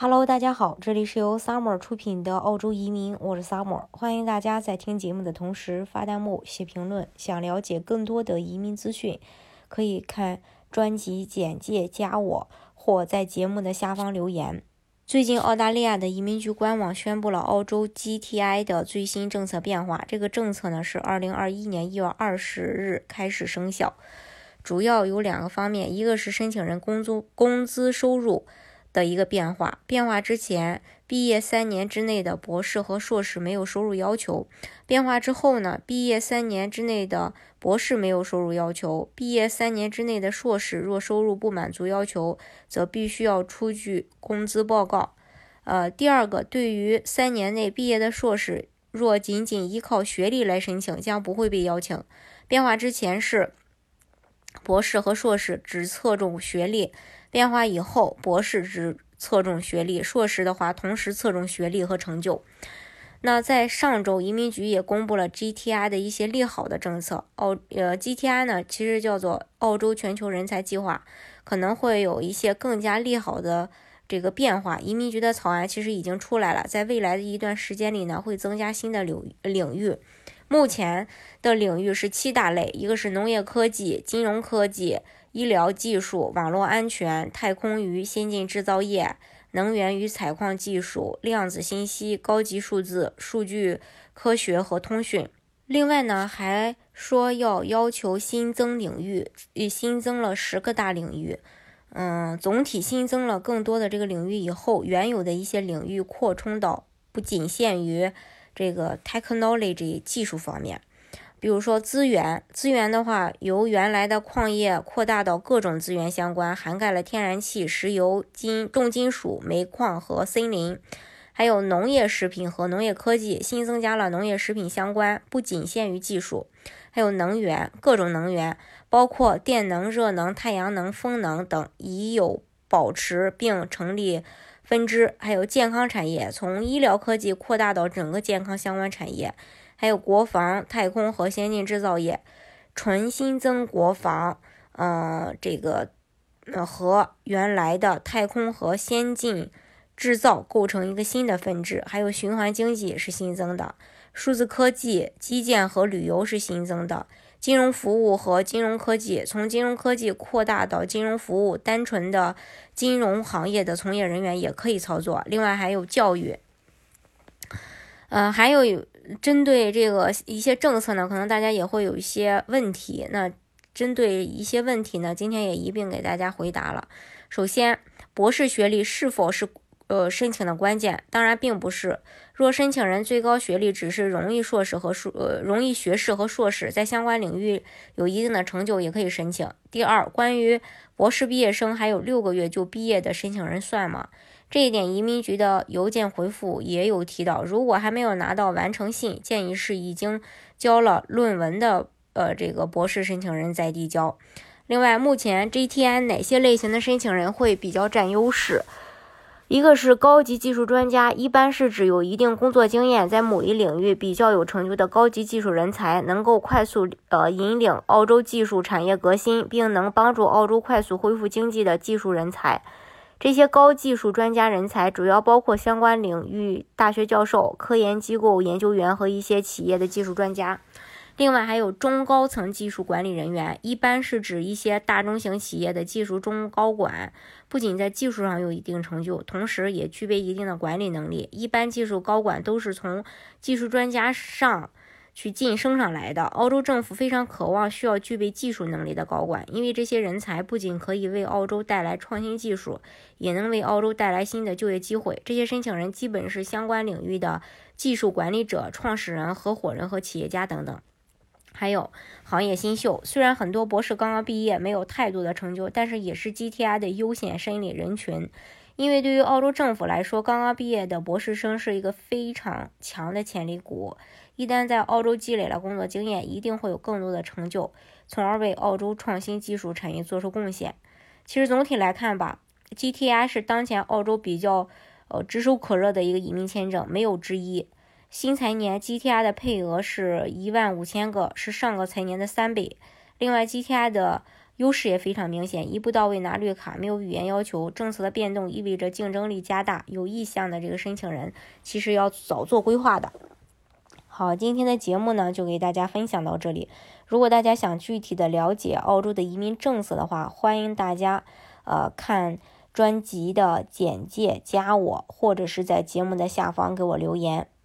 Hello，大家好，这里是由 Summer 出品的澳洲移民，我是 Summer，欢迎大家在听节目的同时发弹幕、写评论。想了解更多的移民资讯，可以看专辑简介加我，或在节目的下方留言。最近，澳大利亚的移民局官网宣布了澳洲 GTI 的最新政策变化。这个政策呢是2021年1月20日开始生效，主要有两个方面，一个是申请人工资收入的一个变化。变化之前，毕业3年之内的博士和硕士没有收入要求；变化之后呢，毕业3年之内的博士没有收入要求，毕业3年之内的硕士若收入不满足要求，则必须要出具工资报告。第二个，对于3年内毕业的硕士，若仅仅依靠学历来申请，将不会被邀请。变化之前是博士和硕士只侧重学历，变化以后，博士只侧重学历，硕士的话同时侧重学历和成就。那在上周，移民局也公布了 GTI 的一些利好的政策。GTI 呢，其实叫做澳洲全球人才计划，可能会有一些更加利好的这个变化。移民局的草案其实已经出来了，在未来的一段时间里呢，会增加新的领域。目前的领域是7大类，一个是农业科技、金融科技、医疗技术、网络安全、太空与先进制造业、能源与采矿技术、量子信息、高级数字、数据科学和通讯。另外呢，还说要求新增领域，新增了10个大领域。总体新增了更多的这个领域以后，原有的一些领域扩充到不仅限于这个 technology 技术方面。比如说资源的话，由原来的矿业扩大到各种资源相关，涵盖了天然气、石油、重金属、煤矿和森林。还有农业食品和农业科技，新增加了农业食品相关，不仅限于技术。还有能源，各种能源，包括电能、热能、太阳能、风能等，已有保持并成立分支。还有健康产业，从医疗科技扩大到整个健康相关产业。还有国防、太空和先进制造业，纯新增国防，和原来的太空和先进制造构成一个新的分支。还有循环经济是新增的，数字科技、基建和旅游是新增的，金融服务和金融科技，从金融科技扩大到金融服务，单纯的金融行业的从业人员也可以操作。另外还有教育。还有针对这个一些政策呢，可能大家也会有一些问题。那针对一些问题呢，今天也一并给大家回答了。首先，博士学历是否是申请的关键？当然并不是。若申请人最高学历只是荣誉学士和硕士，在相关领域有一定的成就，也可以申请。第二，关于博士毕业生还有6个月就毕业的申请人算吗？这一点移民局的邮件回复也有提到，如果还没有拿到完成信，建议是已经交了论文的这个博士申请人再递交。另外，目前 GTI 哪些类型的申请人会比较占优势？一个是高级技术专家，一般是指有一定工作经验，在某一领域比较有成就的高级技术人才，能够快速引领澳洲技术产业革新，并能帮助澳洲快速恢复经济的技术人才。这些高技术专家人才主要包括相关领域大学教授、科研机构研究员和一些企业的技术专家。另外还有中高层技术管理人员，一般是指一些大中型企业的技术中高管，不仅在技术上有一定成就，同时也具备一定的管理能力。一般技术高管都是从技术专家上去晋升上来的。澳洲政府非常渴望需要具备技术能力的高管，因为这些人才不仅可以为澳洲带来创新技术，也能为澳洲带来新的就业机会。这些申请人基本是相关领域的技术管理者、创始人、合伙人和企业家等等。还有行业新秀，虽然很多博士刚刚毕业，没有太多的成就，但是也是 GTI 的优先申领人群。因为对于澳洲政府来说，刚刚毕业的博士生是一个非常强的潜力股，一旦在澳洲积累了工作经验，一定会有更多的成就，从而为澳洲创新技术产业做出贡献。其实总体来看吧， GTI 是当前澳洲比较炙手可热的一个移民签证，没有之一。新财年 GTI 的配额是15000个，是上个财年的3倍。另外 GTI 的优势也非常明显，一步到位拿绿卡，没有语言要求，政策的变动意味着竞争力加大，有意向的这个申请人其实要早做规划的。好，今天的节目呢就给大家分享到这里。如果大家想具体的了解澳洲的移民政策的话，欢迎大家看专辑的简介，加我，或者是在节目的下方给我留言。